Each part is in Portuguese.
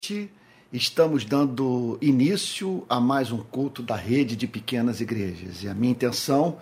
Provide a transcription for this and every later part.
Estamos dando início a mais um culto da rede de pequenas igrejas. E a minha intenção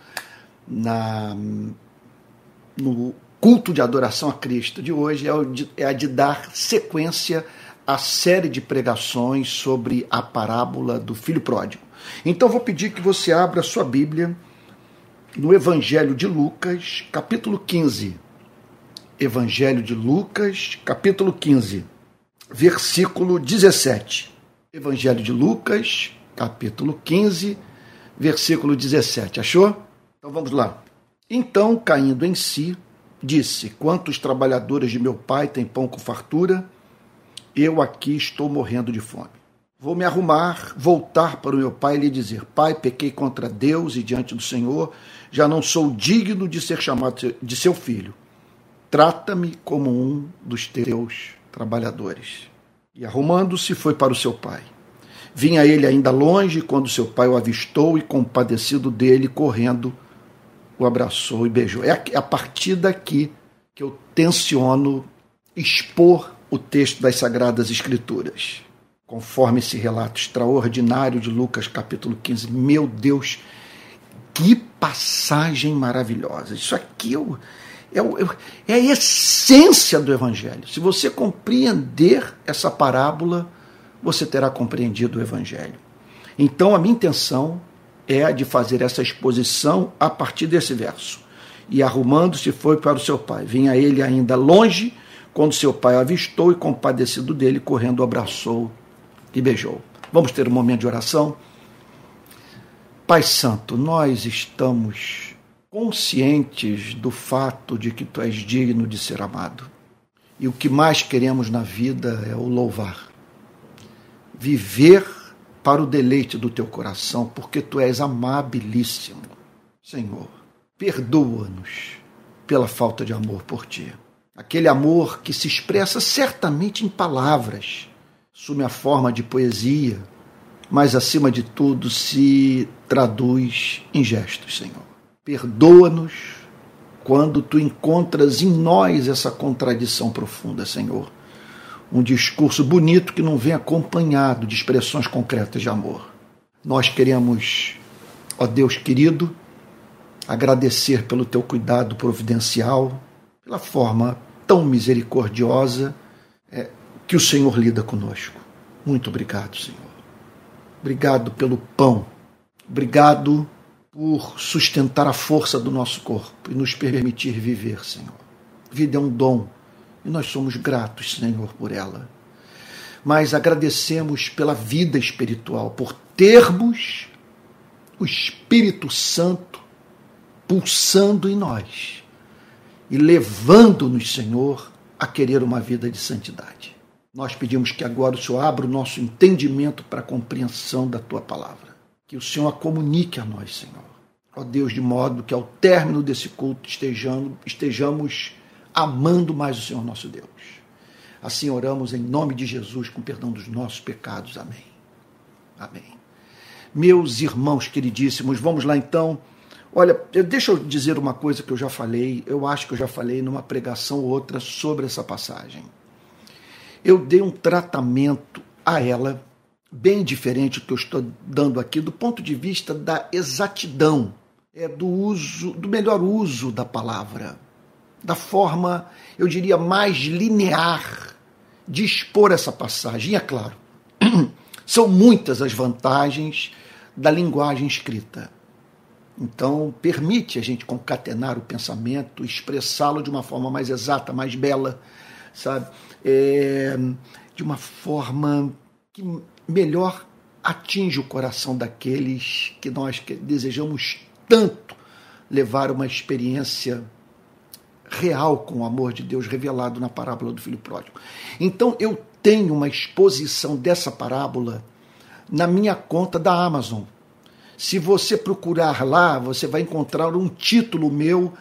no culto de adoração a Cristo de hoje é a de dar sequência à série de pregações sobre a parábola do filho pródigo. Então vou pedir que você abra sua Bíblia no Evangelho de Lucas, capítulo 15. Evangelho de Lucas, capítulo 15. Versículo 17. Evangelho de Lucas, capítulo 15, versículo 17. Achou? Então vamos lá. Então, caindo em si, disse: quantos trabalhadores de meu pai têm pão com fartura? Eu aqui estou morrendo de fome. Vou me arrumar, voltar para o meu pai e lhe dizer: Pai, pequei contra Deus e diante do Senhor, já não sou digno de ser chamado de seu filho. Trata-me como um dos teus trabalhadores. E arrumando-se foi para o seu pai. Vinha ele ainda longe quando seu pai o avistou e, compadecido dele, correndo, o abraçou e beijou. É a partir daqui que eu tenciono expor o texto das Sagradas Escrituras. Conforme esse relato extraordinário de Lucas capítulo 15. Meu Deus, que passagem maravilhosa. Isso aqui é a essência do Evangelho. Se você compreender essa parábola, você terá compreendido o Evangelho. Então, a minha intenção é a de fazer essa exposição a partir desse verso. E arrumando-se foi para o seu pai. Vinha ele ainda longe, quando seu pai o avistou e, compadecido dele, correndo, o abraçou e beijou. Vamos ter um momento de oração? Pai Santo, nós estamos conscientes do fato de que Tu és digno de ser amado. E o que mais queremos na vida é o louvar. Viver para o deleite do Teu coração, porque Tu és amabilíssimo. Senhor, perdoa-nos pela falta de amor por Ti. Aquele amor que se expressa certamente em palavras, assume a forma de poesia, mas acima de tudo se traduz em gestos, Senhor. Perdoa-nos quando Tu encontras em nós essa contradição profunda, Senhor. Um discurso bonito que não vem acompanhado de expressões concretas de amor. Nós queremos, ó Deus querido, agradecer pelo Teu cuidado providencial, pela forma tão misericordiosa que o Senhor lida conosco. Muito obrigado, Senhor. Obrigado pelo pão. Obrigado por sustentar a força do nosso corpo e nos permitir viver, Senhor. Vida é um dom e nós somos gratos, Senhor, por ela. Mas agradecemos pela vida espiritual, por termos o Espírito Santo pulsando em nós e levando-nos, Senhor, a querer uma vida de santidade. Nós pedimos que agora o Senhor abra o nosso entendimento para a compreensão da Tua palavra. Que o Senhor a comunique a nós, Senhor. Ó Deus, de modo que ao término desse culto estejamos amando mais o Senhor nosso Deus. Assim oramos em nome de Jesus, com perdão dos nossos pecados. Amém. Amém. Meus irmãos queridíssimos, vamos lá então. Olha, deixa eu dizer uma coisa que eu já falei, eu acho que eu já falei numa pregação ou outra sobre essa passagem. Eu dei um tratamento a ela bem diferente do que eu estou dando aqui, do ponto de vista da exatidão, do melhor uso da palavra, da forma, eu diria, mais linear de expor essa passagem. E é claro, são muitas as vantagens da linguagem escrita. Então, permite a gente concatenar o pensamento, expressá-lo de uma forma mais exata, mais bela, sabe? De uma forma que melhor atinge o coração daqueles que nós desejamos tanto levar uma experiência real com o amor de Deus revelado na parábola do filho pródigo. Então, eu tenho uma exposição dessa parábola na minha conta da Amazon. Se você procurar lá, você vai encontrar um título meu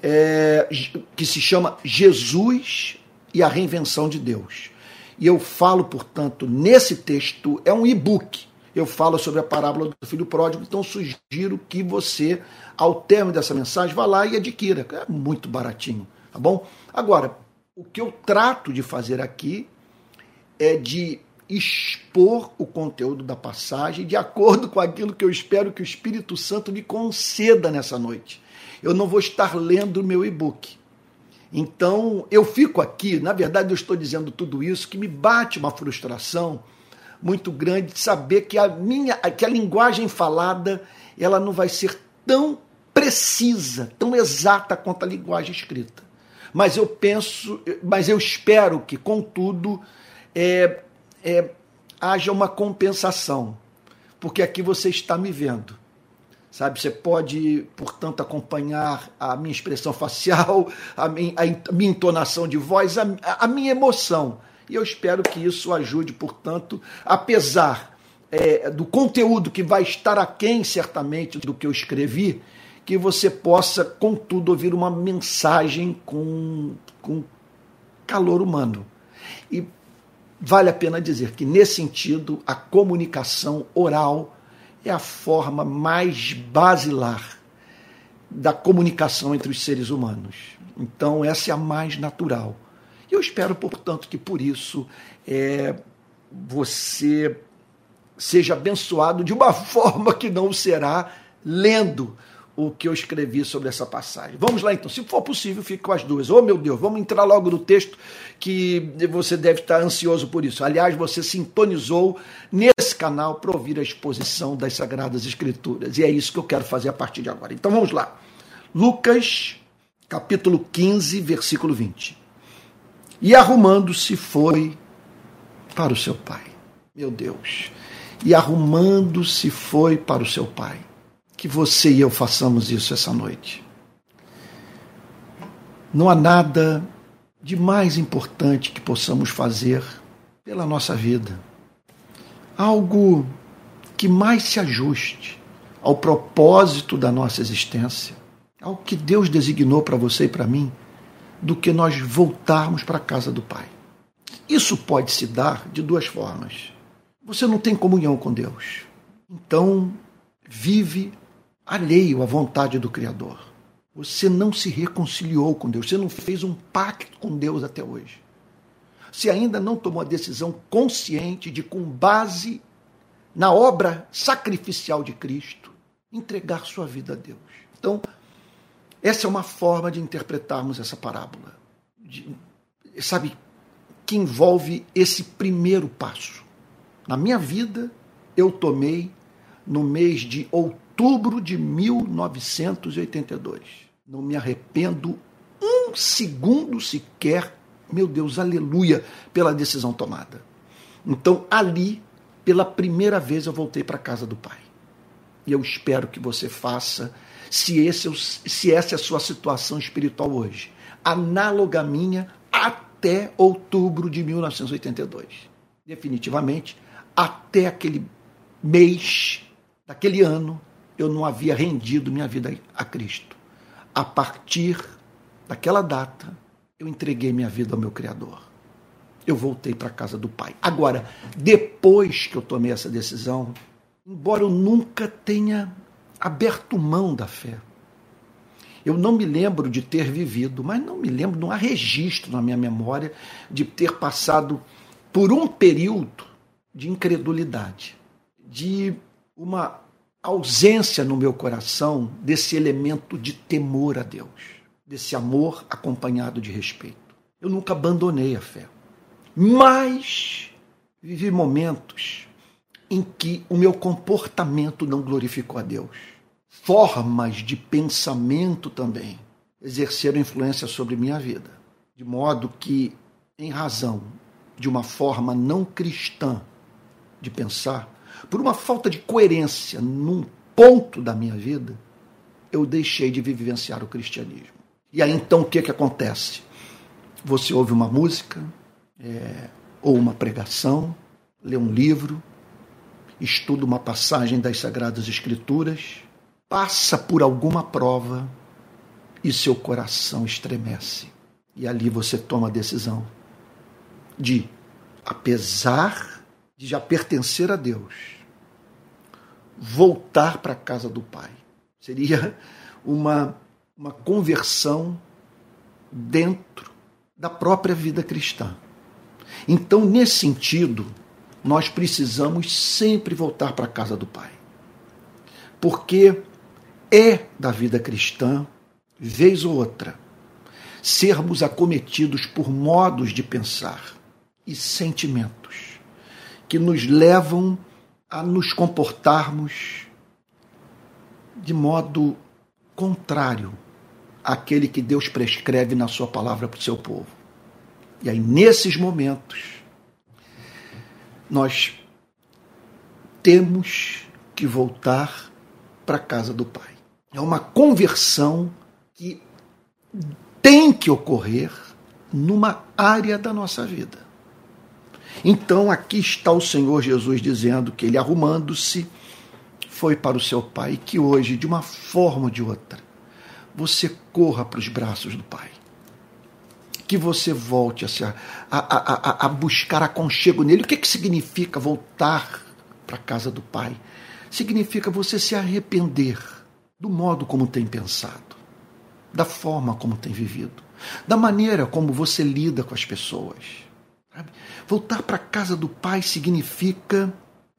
que se chama Jesus e a Reinvenção de Deus. E eu falo, portanto, nesse texto, é um e-book. Eu falo sobre a parábola do filho pródigo, então sugiro que você, ao término dessa mensagem, vá lá e adquira. É muito baratinho, tá bom? Agora, o que eu trato de fazer aqui é de expor o conteúdo da passagem de acordo com aquilo que eu espero que o Espírito Santo me conceda nessa noite. Eu não vou estar lendo o meu e-book. Então, eu fico aqui, na verdade eu estou dizendo tudo isso, que me bate uma frustração muito grande de saber que a linguagem falada, ela não vai ser tão precisa, tão exata quanto a linguagem escrita. Mas eu espero que, contudo, haja uma compensação, porque aqui você está me vendo, sabe? Você pode, portanto, acompanhar a minha expressão facial, a minha entonação de voz, a minha emoção, e eu espero que isso ajude, portanto, apesar do conteúdo que vai estar aquém, certamente, do que eu escrevi, que você possa, contudo, ouvir uma mensagem com calor humano. E vale a pena dizer que, nesse sentido, a comunicação oral é a forma mais basilar da comunicação entre os seres humanos. Então, essa é a mais natural. E eu espero, portanto, que por isso você seja abençoado de uma forma que não será lendo o que eu escrevi sobre essa passagem. Vamos lá, então. Se for possível, fique com as duas. Oh, meu Deus, vamos entrar logo no texto, que você deve estar ansioso por isso. Aliás, você sintonizou nesse canal para ouvir a exposição das Sagradas Escrituras. E é isso que eu quero fazer a partir de agora. Então, vamos lá. Lucas, capítulo 15, versículo 20. E arrumando-se foi para o seu pai. Meu Deus. E arrumando-se foi para o seu pai. Que você e eu façamos isso essa noite. Não há nada de mais importante que possamos fazer pela nossa vida. Algo que mais se ajuste ao propósito da nossa existência, ao que Deus designou para você e para mim, do que nós voltarmos para a casa do Pai. Isso pode se dar de duas formas. Você não tem comunhão com Deus, então vive alheio à vontade do Criador. Você não se reconciliou com Deus, você não fez um pacto com Deus até hoje. Você ainda não tomou a decisão consciente de, com base na obra sacrificial de Cristo, entregar sua vida a Deus. Então, essa é uma forma de interpretarmos essa parábola, que envolve esse primeiro passo. Na minha vida, eu tomei no mês de outubro de 1982. Não me arrependo um segundo sequer, meu Deus, aleluia, pela decisão tomada. Então, ali, pela primeira vez, eu voltei para a casa do Pai. E eu espero que você faça, se essa é a sua situação espiritual hoje, análoga à minha, até outubro de 1982. Definitivamente, até aquele mês, daquele ano, eu não havia rendido minha vida a Cristo. A partir daquela data, eu entreguei minha vida ao meu Criador. Eu voltei para a casa do Pai. Agora, depois que eu tomei essa decisão, embora eu nunca tenha aberto mão da fé, eu não me lembro de ter vivido, mas não me lembro, não há registro na minha memória de ter passado por um período de incredulidade, de uma ausência no meu coração desse elemento de temor a Deus, desse amor acompanhado de respeito. Eu nunca abandonei a fé, mas vivi momentos em que o meu comportamento não glorificou a Deus. Formas de pensamento também exerceram influência sobre minha vida, de modo que, em razão de uma forma não cristã de pensar, por uma falta de coerência num ponto da minha vida, eu deixei de vivenciar o cristianismo. E aí então o que acontece? Você ouve uma música, ou uma pregação, lê um livro, estuda uma passagem das Sagradas Escrituras, passa por alguma prova e seu coração estremece. E ali você toma a decisão de, apesar de já pertencer a Deus, voltar para a casa do Pai. Seria uma conversão dentro da própria vida cristã. Então, nesse sentido, nós precisamos sempre voltar para a casa do Pai. Porque é da vida cristã, vez ou outra, sermos acometidos por modos de pensar e sentimentos que nos levam a nos comportarmos de modo contrário àquele que Deus prescreve na sua palavra para o seu povo. E aí, nesses momentos, nós temos que voltar para a casa do Pai. É uma conversão que tem que ocorrer numa área da nossa vida. Então, aqui está o Senhor Jesus dizendo que ele, arrumando-se, foi para o seu Pai, que hoje, de uma forma ou de outra, você corra para os braços do Pai. Que você volte a buscar aconchego nele. O que significa voltar para a casa do Pai? Significa você se arrepender do modo como tem pensado, da forma como tem vivido, da maneira como você lida com as pessoas. Sabe? Voltar para a casa do Pai significa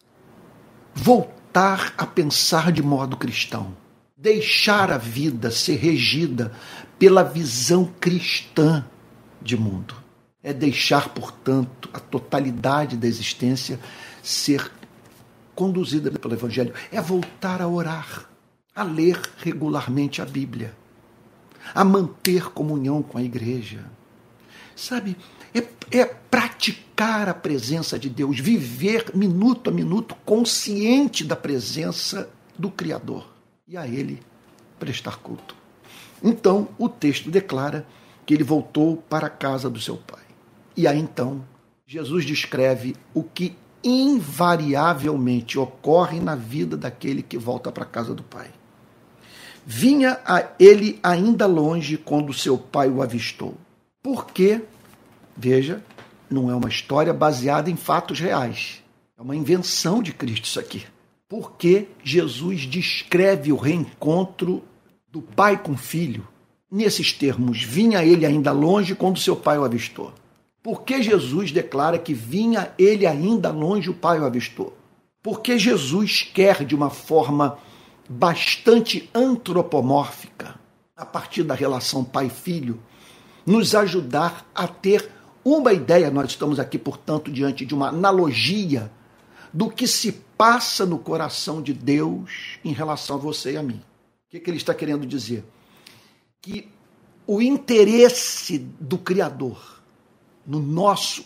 voltar a pensar de modo cristão. Deixar a vida ser regida pela visão cristã de mundo. É deixar, portanto, a totalidade da existência ser conduzida pelo Evangelho. É voltar a orar, a ler regularmente a Bíblia, a manter comunhão com a igreja. Sabe, é praticar a presença de Deus, viver minuto a minuto consciente da presença do Criador e a Ele prestar culto. Então, o texto declara que ele voltou para a casa do seu Pai. E aí, então, Jesus descreve o que invariavelmente ocorre na vida daquele que volta para a casa do Pai. Vinha a ele ainda longe quando seu pai o avistou. Porque, veja, não é uma história baseada em fatos reais. É uma invenção de Cristo isso aqui. Porque Jesus descreve o reencontro do pai com o filho nesses termos: vinha ele ainda longe quando seu pai o avistou. Porque Jesus declara que vinha ele ainda longe, o pai o avistou? Porque Jesus quer, de uma forma bastante antropomórfica, a partir da relação pai-filho, nos ajudar a ter uma ideia. Nós estamos aqui, portanto, diante de uma analogia do que se passa no coração de Deus em relação a você e a mim. O que ele está querendo dizer? Que o interesse do Criador no nosso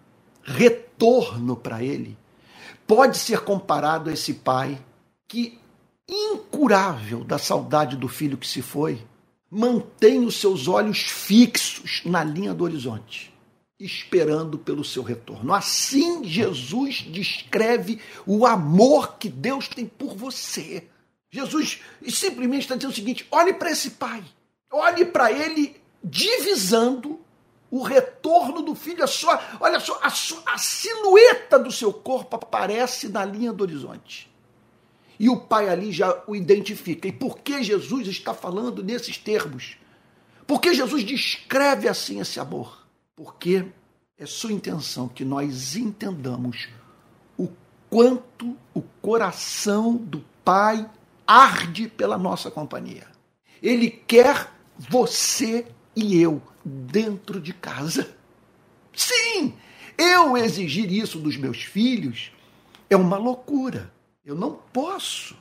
retorno para Ele pode ser comparado a esse pai que, incurável da saudade do filho que se foi, mantém os seus olhos fixos na linha do horizonte, esperando pelo seu retorno. Assim, Jesus descreve o amor que Deus tem por você. Jesus simplesmente está dizendo o seguinte: olhe para esse pai, olhe para ele divisando o retorno do filho. Olha só, a silhueta do seu corpo aparece na linha do horizonte. E o pai ali já o identifica. E por que Jesus está falando nesses termos? Por que Jesus descreve assim esse amor? Porque é sua intenção que nós entendamos o quanto o coração do pai arde pela nossa companhia. Ele quer você e eu dentro de casa. Sim, eu exigir isso dos meus filhos é uma loucura. Eu não posso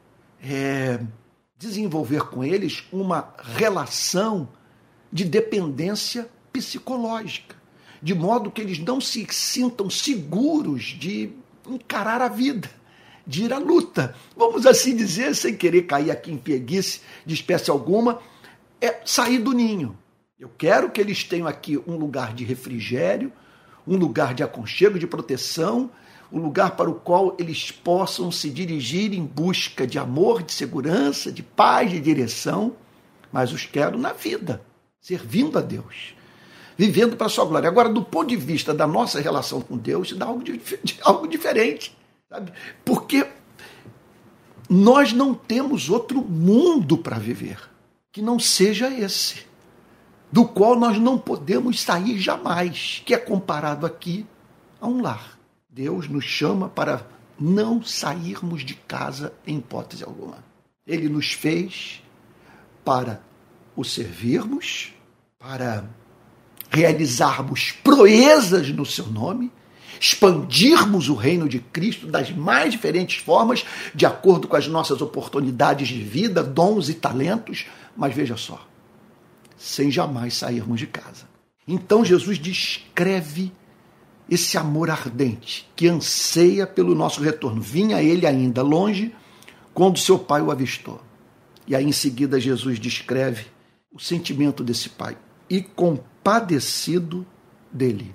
desenvolver com eles uma relação de dependência psicológica, de modo que eles não se sintam seguros de encarar a vida, de ir à luta. Vamos assim dizer, sem querer cair aqui em pieguice de espécie alguma, é sair do ninho. Eu quero que eles tenham aqui um lugar de refrigério, um lugar de aconchego, de proteção, um lugar para o qual eles possam se dirigir em busca de amor, de segurança, de paz, de direção, mas os quero na vida, servindo a Deus, vivendo para a sua glória. Agora, do ponto de vista da nossa relação com Deus, dá algo diferente, sabe? Porque nós não temos outro mundo para viver que não seja esse, do qual nós não podemos sair jamais, que é comparado aqui a um lar. Deus nos chama para não sairmos de casa em hipótese alguma. Ele nos fez para o servirmos, para realizarmos proezas no seu nome, expandirmos o reino de Cristo das mais diferentes formas, de acordo com as nossas oportunidades de vida, dons e talentos, mas veja só, sem jamais sairmos de casa. Então Jesus descreve esse amor ardente que anseia pelo nosso retorno. Vinha ele ainda longe quando seu pai o avistou. E aí em seguida Jesus descreve o sentimento desse pai. E compadecido dele.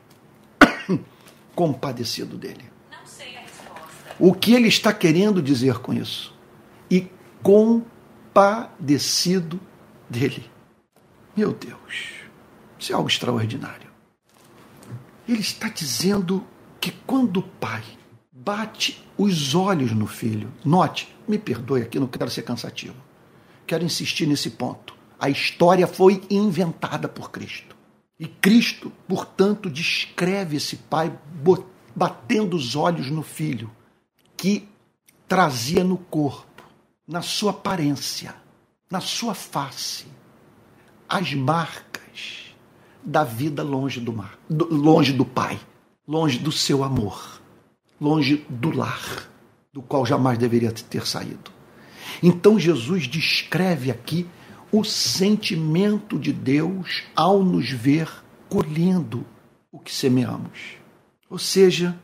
Compadecido dele. Não sei a resposta. O que ele está querendo dizer com isso? E compadecido dele. Meu Deus, isso é algo extraordinário. Ele está dizendo que quando o pai bate os olhos no filho, note, me perdoe aqui, não quero ser cansativo, quero insistir nesse ponto. A história foi inventada por Cristo. E Cristo, portanto, descreve esse pai batendo os olhos no filho, que trazia no corpo, na sua aparência, na sua face, as marcas da vida longe longe do pai, longe do seu amor, longe do lar, do qual jamais deveria ter saído. Então Jesus descreve aqui o sentimento de Deus ao nos ver colhendo o que semeamos. Ou seja,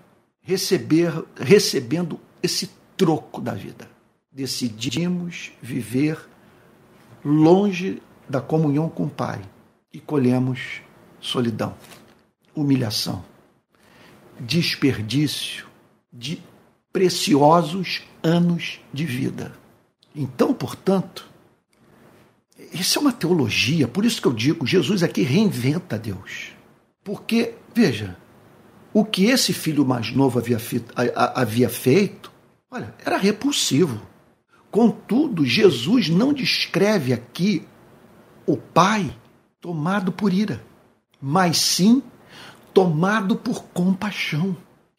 recebendo esse troco da vida. Decidimos viver longe da comunhão com o Pai e colhemos solidão, humilhação, desperdício de preciosos anos de vida. Então, portanto, isso é uma teologia, por isso que eu digo, Jesus aqui reinventa Deus. Porque, veja, o que esse filho mais novo havia feito, olha, era repulsivo. Contudo, Jesus não descreve aqui o pai tomado por ira, mas sim tomado por compaixão.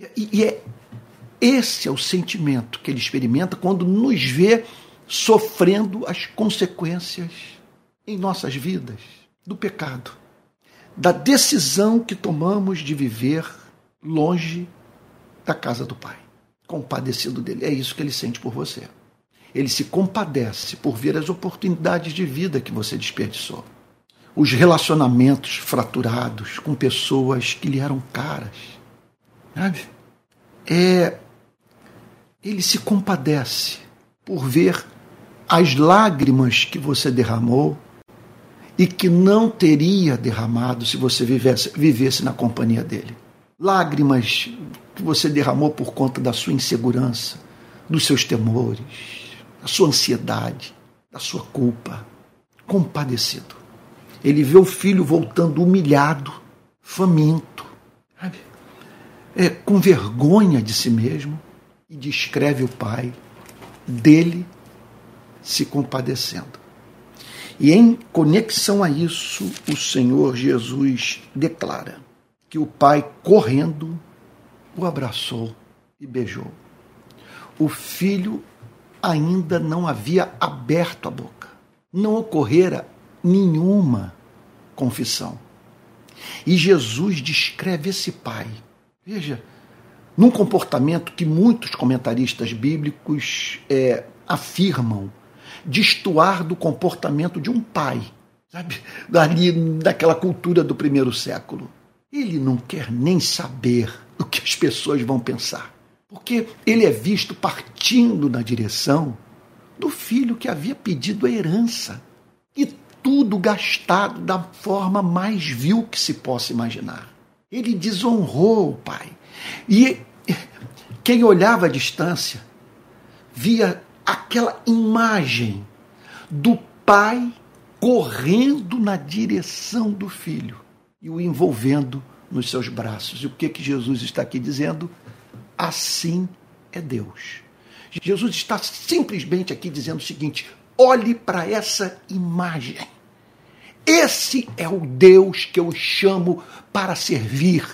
Esse é o sentimento que ele experimenta quando nos vê sofrendo as consequências em nossas vidas do pecado, da decisão que tomamos de viver longe da casa do Pai, compadecido dele. É isso que ele sente por você. Ele se compadece por ver as oportunidades de vida que você desperdiçou, os relacionamentos fraturados com pessoas que lhe eram caras, sabe? Ele se compadece por ver as lágrimas que você derramou e que não teria derramado se você vivesse na companhia dele. Lágrimas que você derramou por conta da sua insegurança, dos seus temores, da sua ansiedade, da sua culpa. Compadecido. Ele vê o filho voltando humilhado, faminto, sabe? Com vergonha de si mesmo, e descreve o pai dele se compadecendo. E em conexão a isso, o Senhor Jesus declara que o pai, correndo, o abraçou e beijou. O filho ainda não havia aberto a boca. Não ocorrera nenhuma confissão. E Jesus descreve esse pai, veja, num comportamento que muitos comentaristas bíblicos afirmam destoar do comportamento de um pai, sabe? Ali daquela cultura do primeiro século. Ele não quer nem saber o que as pessoas vão pensar, porque ele é visto partindo na direção do filho que havia pedido a herança, e tudo gastado da forma mais vil que se possa imaginar. Ele desonrou o pai. E quem olhava à distância via aquela imagem do pai correndo na direção do filho e o envolvendo nos seus braços. E o que Jesus está aqui dizendo? Assim é Deus. Jesus está simplesmente aqui dizendo o seguinte: olhe para essa imagem. Esse é o Deus que eu chamo para servir,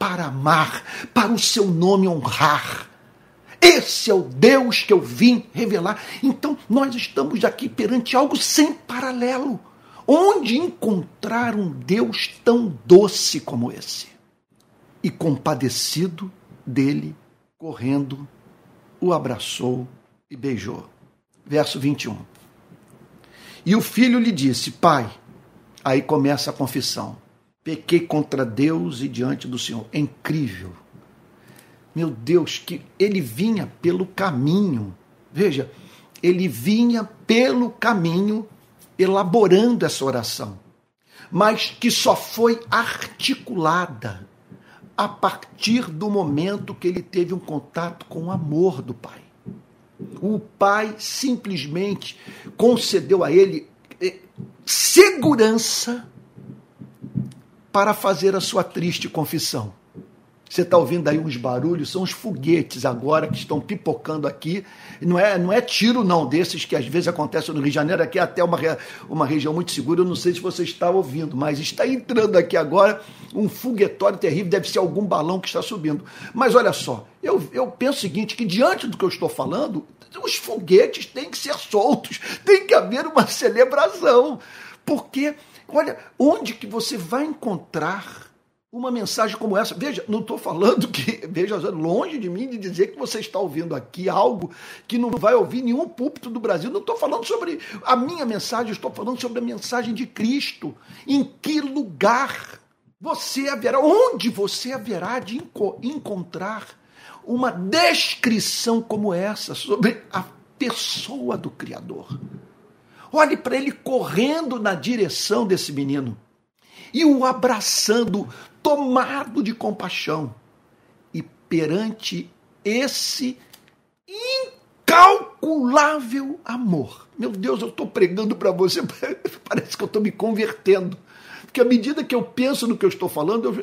para amar, para o seu nome honrar. Esse é o Deus que eu vim revelar. Então, nós estamos aqui perante algo sem paralelo. Onde encontrar um Deus tão doce como esse? E compadecido dele, correndo, o abraçou e beijou. Verso 21. E o filho lhe disse: Pai, aí começa a confissão. Pequei contra Deus e diante do Senhor. É incrível. Meu Deus, que ele vinha pelo caminho. Veja, ele vinha pelo caminho elaborando essa oração, mas que só foi articulada a partir do momento que ele teve um contato com o amor do Pai. O Pai simplesmente concedeu a ele segurança para fazer a sua triste confissão. Você está ouvindo aí uns barulhos, são os foguetes agora que estão pipocando aqui. Não é tiro não, desses que às vezes acontecem no Rio de Janeiro, aqui é até uma região muito segura, eu não sei se você está ouvindo, mas está entrando aqui agora um foguetório terrível, deve ser algum balão que está subindo. Mas olha só, eu penso o seguinte, que diante do que eu estou falando, os foguetes têm que ser soltos, tem que haver uma celebração, porque, olha, onde que você vai encontrar uma mensagem como essa? Veja, não estou falando que, veja, longe de mim de dizer que você está ouvindo aqui algo que não vai ouvir nenhum púlpito do Brasil. Não estou falando sobre a minha mensagem, estou falando sobre a mensagem de Cristo. Em que lugar você haverá, onde você haverá de encontrar uma descrição como essa sobre a pessoa do Criador? Olhe para ele correndo na direção desse menino e o abraçando, tomado de compaixão. E perante esse incalculável amor, meu Deus, eu estou pregando para você, parece que eu estou me convertendo, porque à medida que eu penso no que eu estou falando,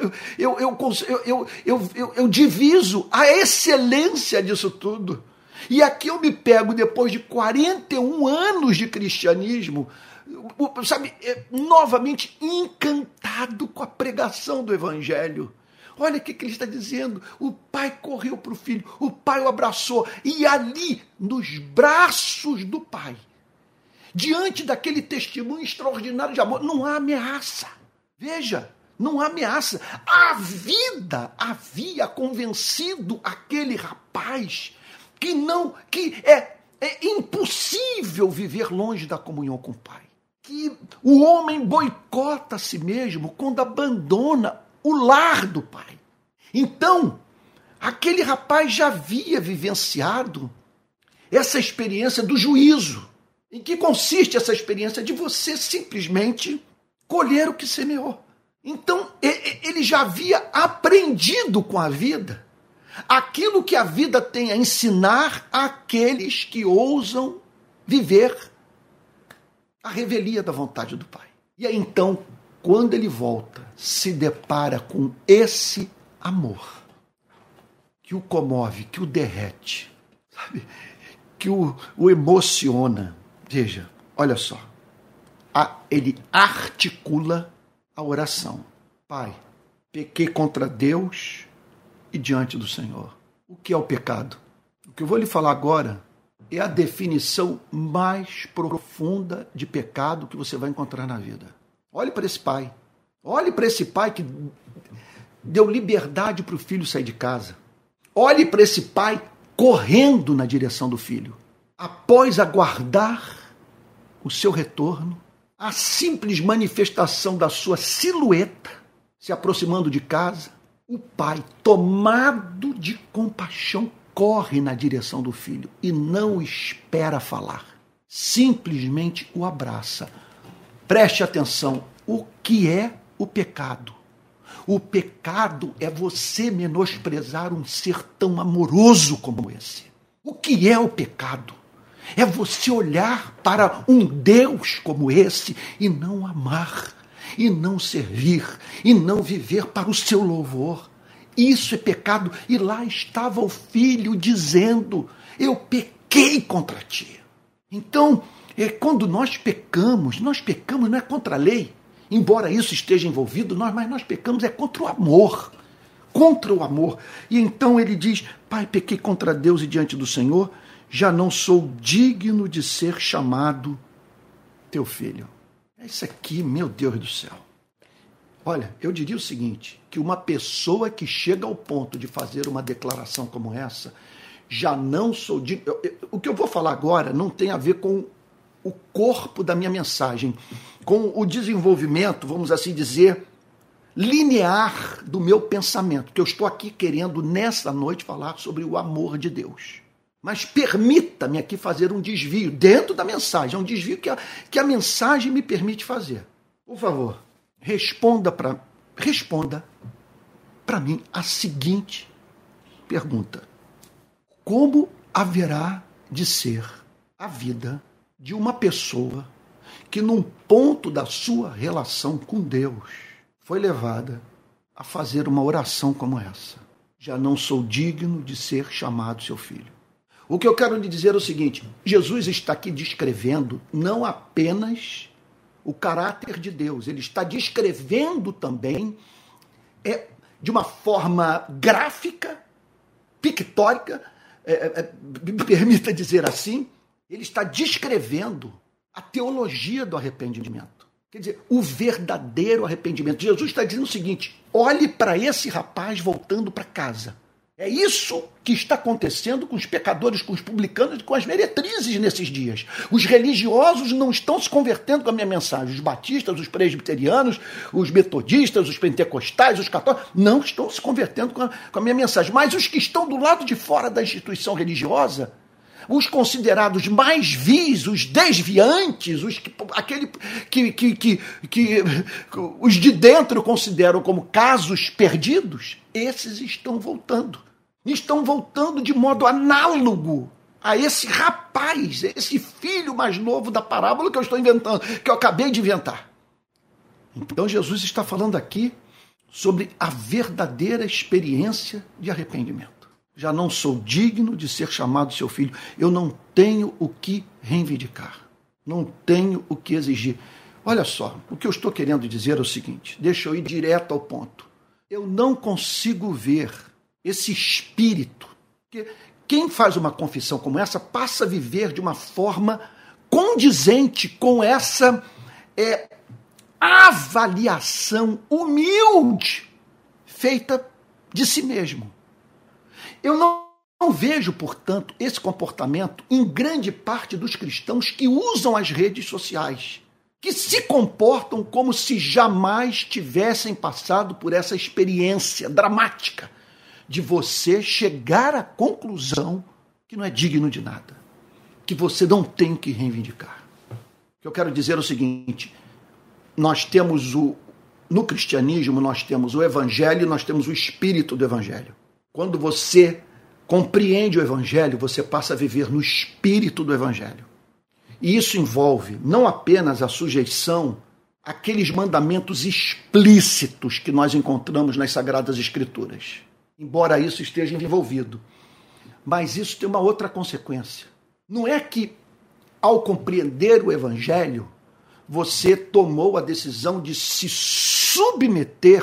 eu diviso a excelência disso tudo. E aqui eu me pego, depois de 41 anos de cristianismo, sabe, novamente encantado com a pregação do Evangelho. Olha o que ele está dizendo. O pai correu para o filho, o pai o abraçou, e ali, nos braços do pai, diante daquele testemunho extraordinário de amor, não há ameaça. Veja, não há ameaça. A vida havia convencido aquele rapaz que é impossível viver longe da comunhão com o pai. Que o homem boicota a si mesmo quando abandona o lar do pai. Então, aquele rapaz já havia vivenciado essa experiência do juízo. Em que consiste essa experiência? De você simplesmente colher o que semeou. Então, ele já havia aprendido com a vida aquilo que a vida tem a ensinar àqueles que ousam viver a revelia da vontade do Pai. E aí, então, quando ele volta, se depara com esse amor que o comove, que o derrete, sabe? Que o emociona. Veja, olha só. Ele articula a oração. Pai, pequei contra Deus e diante do Senhor. O que é o pecado? O que eu vou lhe falar agora é a definição mais profunda de pecado que você vai encontrar na vida. Olhe para esse pai. Olhe para esse pai que deu liberdade para o filho sair de casa. Olhe para esse pai correndo na direção do filho. Após aguardar o seu retorno, a simples manifestação da sua silhueta se aproximando de casa, o pai, tomado de compaixão, corre na direção do filho e não espera falar. Simplesmente o abraça. Preste atenção, o que é o pecado? O pecado é você menosprezar um ser tão amoroso como esse. O que é o pecado? É você olhar para um Deus como esse e não amar, e não servir, e não viver para o seu louvor. Isso é pecado. E lá estava o filho dizendo: eu pequei contra ti. Então, quando nós pecamos não é contra a lei, embora isso esteja envolvido, mas nós pecamos é contra o amor, contra o amor. E então ele diz: Pai, pequei contra Deus e diante do Senhor, já não sou digno de ser chamado teu filho. É isso aqui, meu Deus do céu. Olha, eu diria o seguinte, que uma pessoa que chega ao ponto de fazer uma declaração como essa, já não sou digno... O que eu vou falar agora não tem a ver com o corpo da minha mensagem, com o desenvolvimento, vamos assim dizer, linear do meu pensamento, que eu estou aqui querendo nessa noite falar sobre o amor de Deus. Mas permita-me aqui fazer um desvio dentro da mensagem, é um desvio que a mensagem me permite fazer. Por favor, responda para mim a seguinte pergunta: como haverá de ser a vida de uma pessoa que num ponto da sua relação com Deus foi levada a fazer uma oração como essa? Já não sou digno de ser chamado seu filho. O que eu quero lhe dizer é o seguinte: Jesus está aqui descrevendo não apenas o caráter de Deus, ele está descrevendo também, de uma forma gráfica, pictórica, me permita dizer assim, ele está descrevendo a teologia do arrependimento. Quer dizer, o verdadeiro arrependimento. Jesus está dizendo o seguinte: olhe para esse rapaz voltando para casa. É isso que está acontecendo com os pecadores, com os publicanos e com as meretrizes nesses dias. Os religiosos não estão se convertendo com a minha mensagem. Os batistas, os presbiterianos, os metodistas, os pentecostais, os católicos, não estão se convertendo com a minha mensagem. Mas os que estão do lado de fora da instituição religiosa, os considerados mais vis, os desviantes, os de dentro consideram como casos perdidos, esses estão voltando. Estão voltando de modo análogo a esse rapaz, esse filho mais novo da parábola que eu estou inventando, que eu acabei de inventar. Então Jesus está falando aqui sobre a verdadeira experiência de arrependimento. Já não sou digno de ser chamado seu filho. Eu não tenho o que reivindicar. Não tenho o que exigir. Olha só, o que eu estou querendo dizer é o seguinte, deixa eu ir direto ao ponto. Eu não consigo ver esse espírito. Porque quem faz uma confissão como essa passa a viver de uma forma condizente com essa avaliação humilde feita de si mesmo. Eu não vejo, portanto, esse comportamento em grande parte dos cristãos que usam as redes sociais, que se comportam como se jamais tivessem passado por essa experiência dramática de você chegar à conclusão que não é digno de nada, que você não tem que reivindicar. O que eu quero dizer é o seguinte: nós temos no cristianismo, nós temos o evangelho e nós temos o espírito do evangelho. Quando você compreende o evangelho, você passa a viver no espírito do evangelho. E isso envolve não apenas a sujeição àqueles mandamentos explícitos que nós encontramos nas Sagradas Escrituras, embora isso esteja envolvido. Mas isso tem uma outra consequência. Não é que, ao compreender o evangelho, você tomou a decisão de se submeter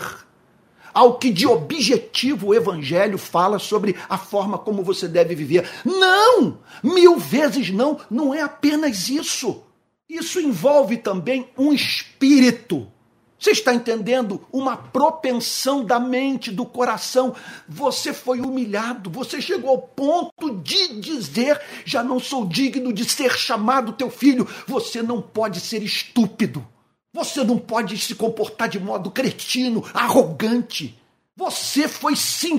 ao que de objetivo o evangelho fala sobre a forma como você deve viver. Não! 1000 vezes não! Não é apenas isso. Isso envolve também um espírito. Você está entendendo? Uma propensão da mente, do coração. Você foi humilhado, você chegou ao ponto de dizer: já não sou digno de ser chamado teu filho. Você não pode ser estúpido. Você não pode se comportar de modo cretino, arrogante. Você foi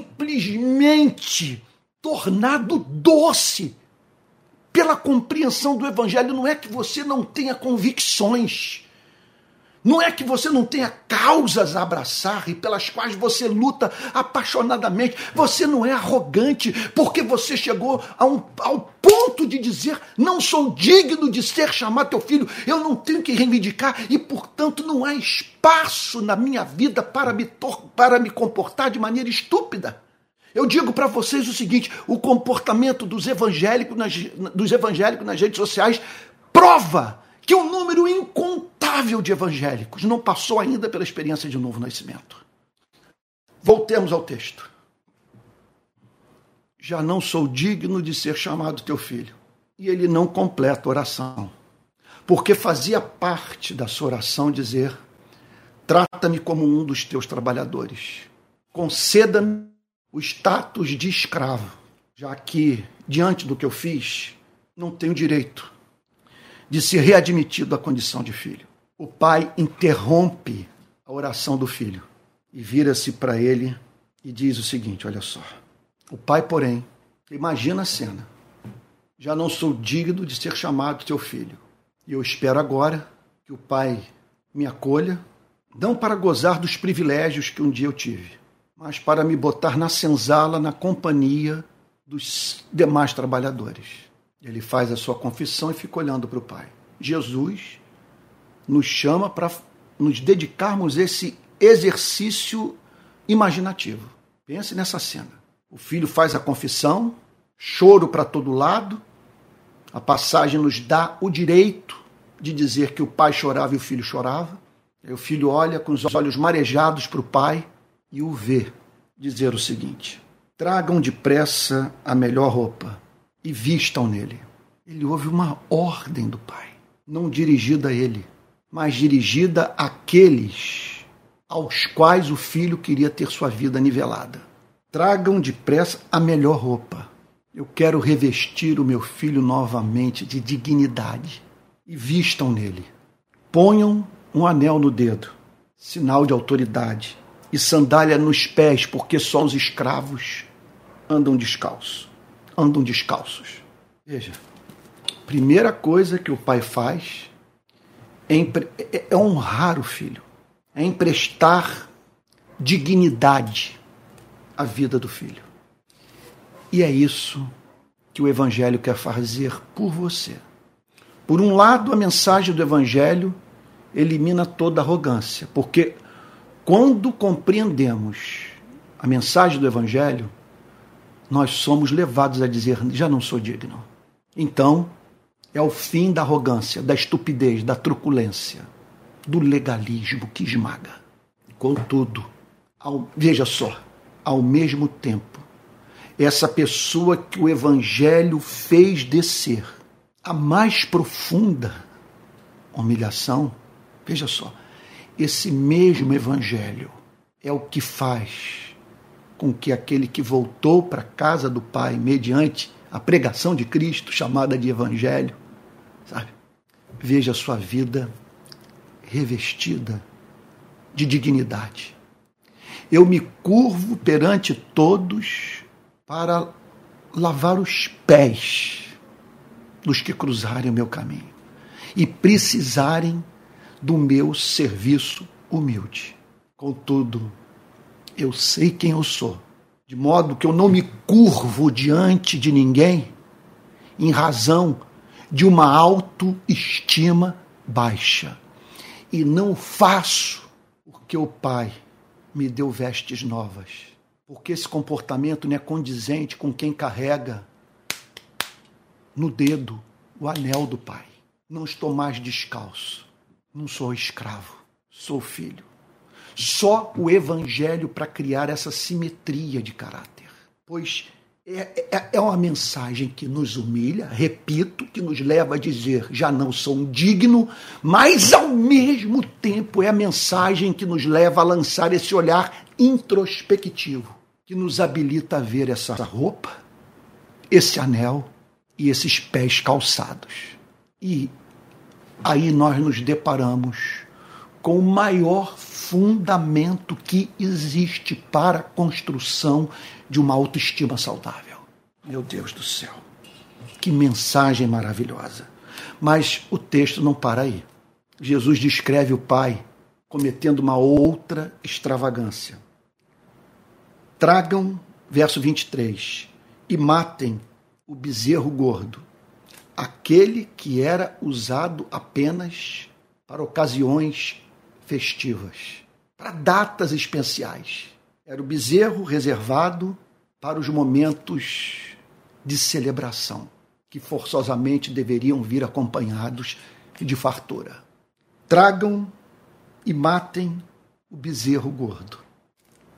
simplesmente tornado doce pela compreensão do evangelho. Não é que você não tenha convicções. Não é que você não tenha causas a abraçar e pelas quais você luta apaixonadamente. Você não é arrogante porque você chegou ao ponto de dizer: não sou digno de ser chamado teu filho, eu não tenho que reivindicar e, portanto, não há espaço na minha vida para me comportar de maneira estúpida. Eu digo para vocês o seguinte: o comportamento dos evangélicos nas redes sociais prova que um número incontável de evangélicos não passou ainda pela experiência de novo nascimento. Voltemos ao texto. Já não sou digno de ser chamado teu filho. E ele não completa a oração, porque fazia parte da sua oração dizer: trata-me como um dos teus trabalhadores. Conceda-me o status de escravo, já que, diante do que eu fiz, não tenho direito de ser readmitido à condição de filho. O pai interrompe a oração do filho e vira-se para ele e diz o seguinte, olha só. O pai, porém, imagina a cena. Já não sou digno de ser chamado teu filho. E eu espero agora que o pai me acolha, não para gozar dos privilégios que um dia eu tive, mas para me botar na senzala, na companhia dos demais trabalhadores. Ele faz a sua confissão e fica olhando para o pai. Jesus nos chama para nos dedicarmos a esse exercício imaginativo. Pense nessa cena. O filho faz a confissão, choro para todo lado. A passagem nos dá o direito de dizer que o pai chorava e o filho chorava. Aí o filho olha com os olhos marejados para o pai e o vê dizer o seguinte: tragam depressa a melhor roupa e vistam nele. Ele ouve uma ordem do pai, não dirigida a ele, mas dirigida àqueles aos quais o filho queria ter sua vida nivelada. Tragam depressa a melhor roupa. Eu quero revestir o meu filho novamente de dignidade. E vistam nele. Ponham um anel no dedo, sinal de autoridade, e sandália nos pés, porque só os escravos andam descalços. Veja, primeira coisa que o pai faz é honrar o filho, é emprestar dignidade à vida do filho. E é isso que o Evangelho quer fazer por você. Por um lado, a mensagem do Evangelho elimina toda arrogância, porque quando compreendemos a mensagem do Evangelho, nós somos levados a dizer, já não sou digno. Então, é o fim da arrogância, da estupidez, da truculência, do legalismo que esmaga. Contudo, veja só, ao mesmo tempo, essa pessoa que o Evangelho fez descer a mais profunda humilhação, veja só, esse mesmo Evangelho é o que faz com que aquele que voltou para a casa do Pai mediante a pregação de Cristo, chamada de Evangelho, sabe, veja a sua vida revestida de dignidade. Eu me curvo perante todos para lavar os pés dos que cruzarem o meu caminho e precisarem do meu serviço humilde. Contudo, eu sei quem eu sou, de modo que eu não me curvo diante de ninguém em razão de uma autoestima baixa. E não faço porque o Pai me deu vestes novas, porque esse comportamento não é condizente com quem carrega no dedo o anel do Pai. Não estou mais descalço, não sou escravo, sou filho. Só o Evangelho para criar essa simetria de caráter, pois é uma mensagem que nos humilha, repito, que nos leva a dizer, já não sou digno, mas ao mesmo tempo é a mensagem que nos leva a lançar esse olhar introspectivo, que nos habilita a ver essa roupa, esse anel e esses pés calçados. E aí nós nos deparamos com o maior fundamento que existe para a construção de uma autoestima saudável. Meu Deus do céu, que mensagem maravilhosa. Mas o texto não para aí. Jesus descreve o Pai cometendo uma outra extravagância. Tragam, verso 23, e matem o bezerro gordo, aquele que era usado apenas para ocasiões festivas, para datas especiais. Era o bezerro reservado para os momentos de celebração, que forçosamente deveriam vir acompanhados de fartura. Tragam e matem o bezerro gordo.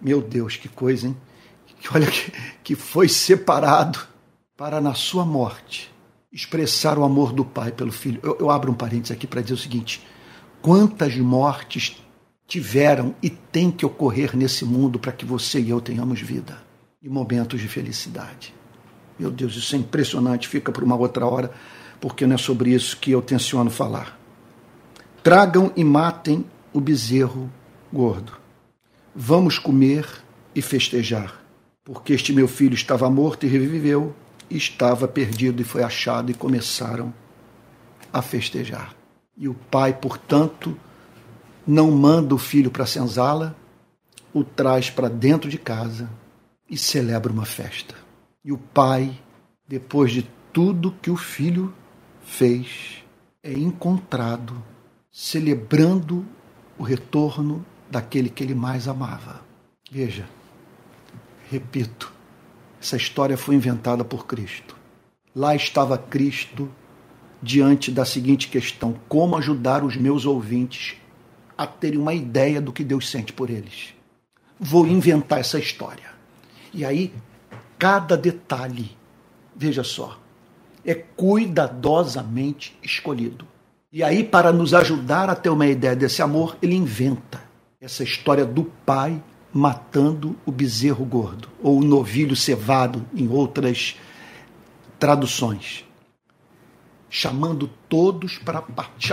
Meu Deus, que coisa, hein? Olha que foi separado para, na sua morte, expressar o amor do Pai pelo Filho. Eu abro um parênteses aqui para dizer o seguinte: quantas mortes tiveram e tem que ocorrer nesse mundo para que você e eu tenhamos vida e momentos de felicidade. Meu Deus, isso é impressionante, fica para uma outra hora, porque não é sobre isso que eu tenciono falar. Tragam e matem o bezerro gordo. Vamos comer e festejar, porque este meu filho estava morto e reviveu, estava perdido e foi achado, e começaram a festejar. E o pai, portanto, não manda o filho para a senzala, o traz para dentro de casa e celebra uma festa. E o pai, depois de tudo que o filho fez, é encontrado celebrando o retorno daquele que ele mais amava. Veja, repito, essa história foi inventada por Cristo. Lá estava Cristo diante da seguinte questão: como ajudar os meus ouvintes a terem uma ideia do que Deus sente por eles? Vou inventar essa história. E aí, cada detalhe, veja só, é cuidadosamente escolhido. E aí, para nos ajudar a ter uma ideia desse amor, ele inventa essa história do pai matando o bezerro gordo, ou o novilho cevado, em outras traduções. Chamando todos para...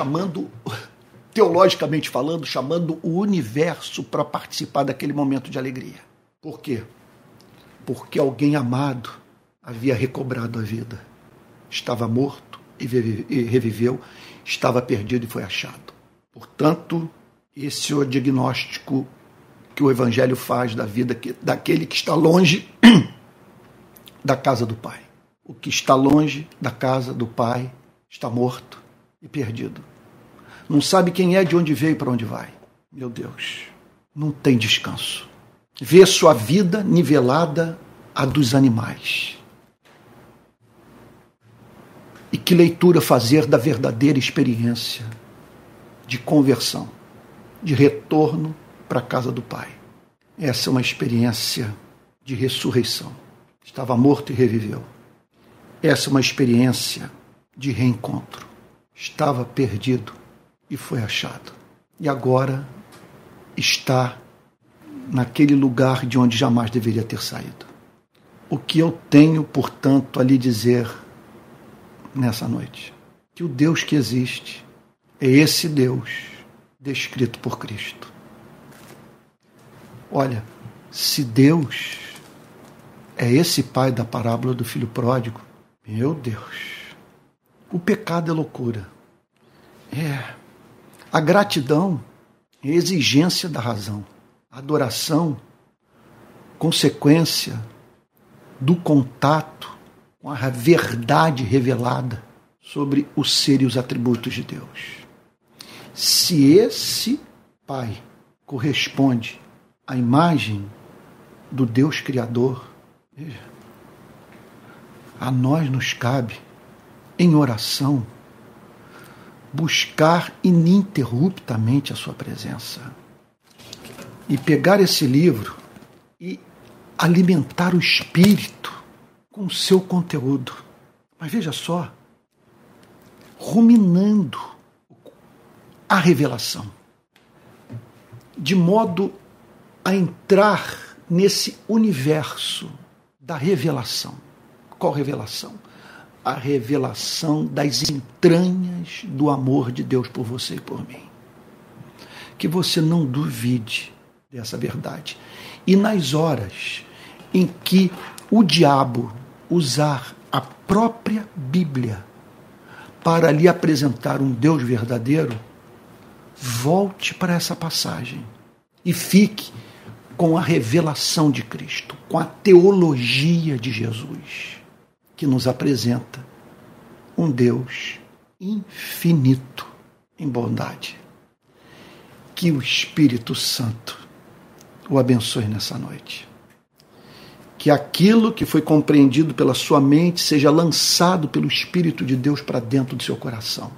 teologicamente falando, chamando o universo para participar daquele momento de alegria. Por quê? Porque alguém amado havia recobrado a vida. Estava morto e reviveu, estava perdido e foi achado. Portanto, esse é o diagnóstico que o Evangelho faz da vida daquele que está longe da casa do Pai. O que está longe da casa do Pai está morto e perdido. Não sabe quem é, de onde veio e para onde vai. Meu Deus, não tem descanso. Vê sua vida nivelada à dos animais. E que leitura fazer da verdadeira experiência de conversão, de retorno para a casa do Pai. Essa é uma experiência de ressurreição. Estava morto e reviveu. Essa é uma experiência de reencontro. Estava perdido e foi achado. E agora está naquele lugar de onde jamais deveria ter saído. O que eu tenho, portanto, a lhe dizer nessa noite? Que o Deus que existe é esse Deus descrito por Cristo. Olha, se Deus é esse pai da parábola do filho pródigo, meu Deus, o pecado é loucura. A gratidão é exigência da razão. A adoração, consequência do contato com a verdade revelada sobre o ser e os atributos de Deus. Se esse Pai corresponde à imagem do Deus Criador, veja, a nós nos cabe, em oração, buscar ininterruptamente a sua presença e pegar esse livro e alimentar o espírito com o seu conteúdo. Mas veja só, ruminando a revelação, de modo a entrar nesse universo da revelação. Qual revelação? A revelação das entranhas do amor de Deus por você e por mim. Que você não duvide dessa verdade. E nas horas em que o diabo usar a própria Bíblia para lhe apresentar um Deus verdadeiro, volte para essa passagem e fique com a revelação de Cristo, com a teologia de Jesus, que nos apresenta um Deus infinito em bondade. Que o Espírito Santo o abençoe nessa noite. Que aquilo que foi compreendido pela sua mente seja lançado pelo Espírito de Deus para dentro do seu coração.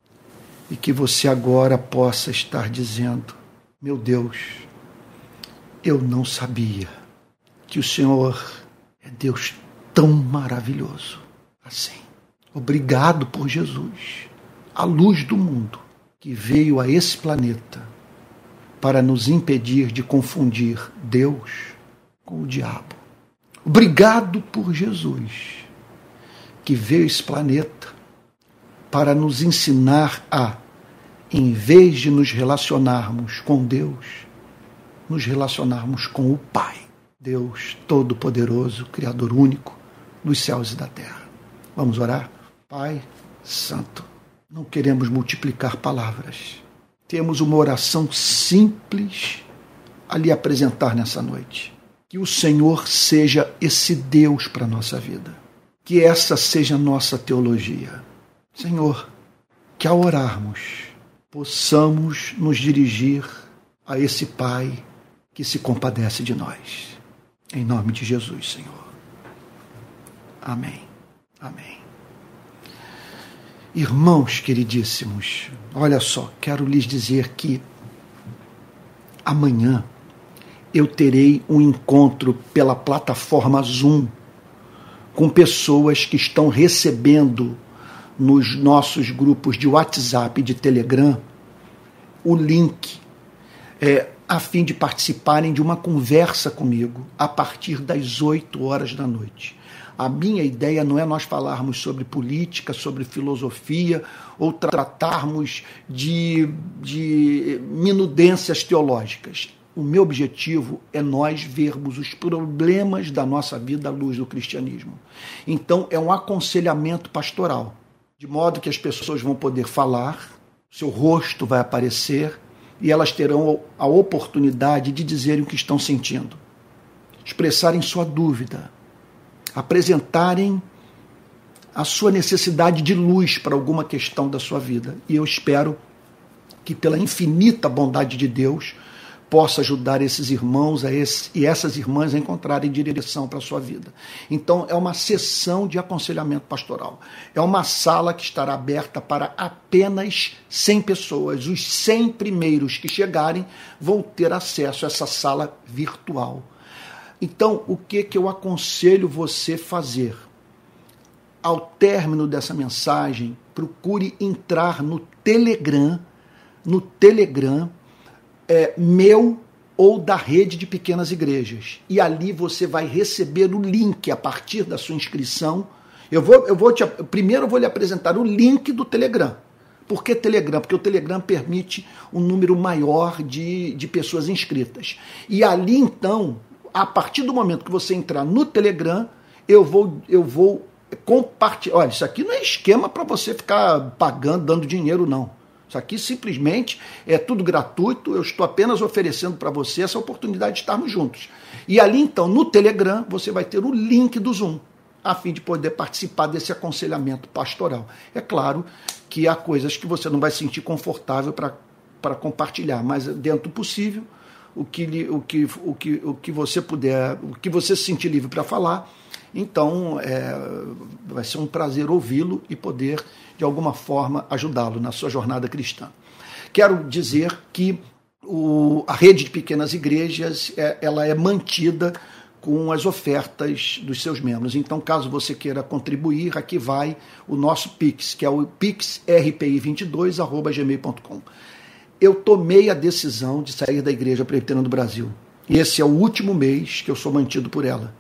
E que você agora possa estar dizendo: meu Deus, Eu não sabia que o Senhor é Deus tão maravilhoso assim. Obrigado por Jesus, a luz do mundo, que veio a esse planeta para nos impedir de confundir Deus com o diabo. Obrigado por Jesus, que veio a esse planeta para nos ensinar a, em vez de nos relacionarmos com Deus, nos relacionarmos com o Pai, Deus Todo-Poderoso, Criador único dos céus e da terra. Vamos orar? Pai Santo, não queremos multiplicar palavras. Temos uma oração simples a lhe apresentar nessa noite. Que o Senhor seja esse Deus para a nossa vida. Que essa seja a nossa teologia. Senhor, que ao orarmos, possamos nos dirigir a esse Pai que se compadece de nós. Em nome de Jesus, Senhor. Amém. Amém. Irmãos queridíssimos, olha só, quero lhes dizer que amanhã eu terei um encontro pela plataforma Zoom com pessoas que estão recebendo nos nossos grupos de WhatsApp e de Telegram o link a fim de participarem de uma conversa comigo a partir das 8 horas da noite. A minha ideia não é nós falarmos sobre política, sobre filosofia ou tratarmos de minudências teológicas. O meu objetivo é nós vermos os problemas da nossa vida à luz do cristianismo. Então, é um aconselhamento pastoral, de modo que as pessoas vão poder falar, seu rosto vai aparecer e elas terão a oportunidade de dizerem o que estão sentindo, expressarem sua dúvida, apresentarem a sua necessidade de luz para alguma questão da sua vida. E eu espero que, pela infinita bondade de Deus, possa ajudar esses irmãos e essas irmãs a encontrarem direção para a sua vida. Então, é uma sessão de aconselhamento pastoral. É uma sala que estará aberta para apenas 100 pessoas. Os 100 primeiros que chegarem vão ter acesso a essa sala virtual. Então, o que eu aconselho você fazer? Ao término dessa mensagem, procure entrar no Telegram, meu ou da rede de pequenas igrejas. E ali você vai receber o link a partir da sua inscrição. Primeiro eu vou lhe apresentar o link do Telegram. Por que Telegram? Porque o Telegram permite um número maior de pessoas inscritas. E ali, então, a partir do momento que você entrar no Telegram, eu vou compartilhar. Olha, isso aqui não é esquema para você ficar pagando, dando dinheiro, não. Isso aqui simplesmente é tudo gratuito, eu estou apenas oferecendo para você essa oportunidade de estarmos juntos. E ali, então, no Telegram, você vai ter o link do Zoom, a fim de poder participar desse aconselhamento pastoral. É claro que há coisas que você não vai sentir confortável para compartilhar, mas dentro do possível, o que você puder, o que você se sentir livre para falar, então vai ser um prazer ouvi-lo e poder, de alguma forma, ajudá-lo na sua jornada cristã. Quero dizer que a rede de pequenas igrejas ela é mantida com as ofertas dos seus membros. Então, caso você queira contribuir, aqui vai o nosso Pix, que é o pixrpi22@gmail.com. Eu tomei a decisão de sair da Igreja Presbiteriana do Brasil. E esse é o último mês que eu sou mantido por ela.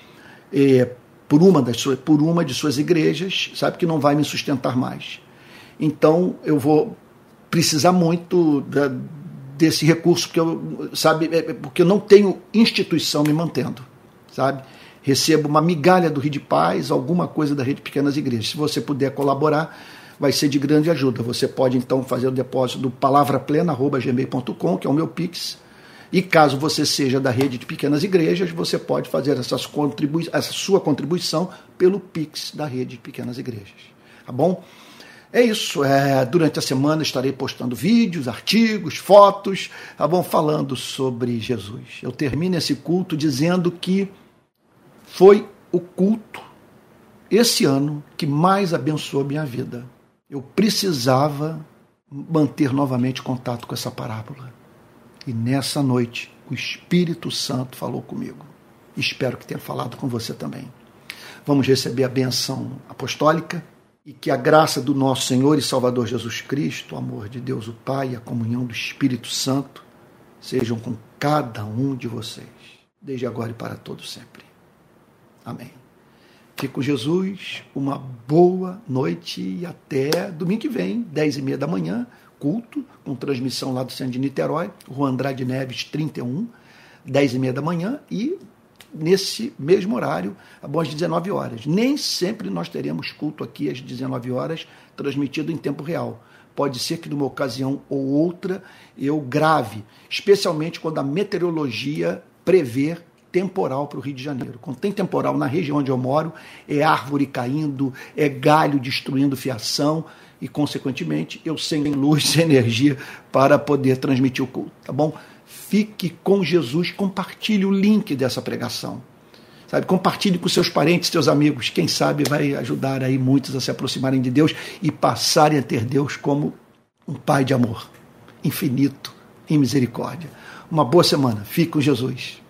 Por uma de suas igrejas, sabe que não vai me sustentar mais. Então, eu vou precisar muito desse recurso, porque eu não tenho instituição me mantendo, sabe? Recebo uma migalha do Rio de Paz, alguma coisa da Rede Pequenas Igrejas. Se você puder colaborar, vai ser de grande ajuda. Você pode, então, fazer o depósito do palavraplena@gmail.com, que é o meu Pix. E caso você seja da rede de pequenas igrejas, você pode fazer essa sua contribuição pelo Pix da rede de pequenas igrejas. Tá bom? É isso. Durante a semana estarei postando vídeos, artigos, fotos, tá bom? Falando sobre Jesus. Eu termino esse culto dizendo que foi o culto esse ano que mais abençoou a minha vida. Eu precisava manter novamente contato com essa parábola. E nessa noite o Espírito Santo falou comigo. Espero que tenha falado com você também. Vamos receber a benção apostólica e que a graça do nosso Senhor e Salvador Jesus Cristo, o amor de Deus o Pai e a comunhão do Espírito Santo sejam com cada um de vocês, desde agora e para todos sempre. Amém. Fique com Jesus, uma boa noite e até domingo que vem, 10h30 da manhã, culto, com transmissão lá do centro de Niterói, Rua Andrade Neves 31, 10h30 da manhã e nesse mesmo horário, às 19 horas. Nem sempre nós teremos culto aqui às 19 horas, transmitido em tempo real. Pode ser que numa ocasião ou outra eu grave, especialmente quando a meteorologia prevê temporal para o Rio de Janeiro. Quando tem temporal na região onde eu moro, é árvore caindo, é galho destruindo fiação e, consequentemente, eu sem luz, sem energia para poder transmitir o culto, tá bom? Fique com Jesus, compartilhe o link dessa pregação. Sabe, compartilhe com seus parentes, seus amigos. Quem sabe vai ajudar aí muitos a se aproximarem de Deus e passarem a ter Deus como um Pai de amor, infinito, em misericórdia. Uma boa semana. Fique com Jesus.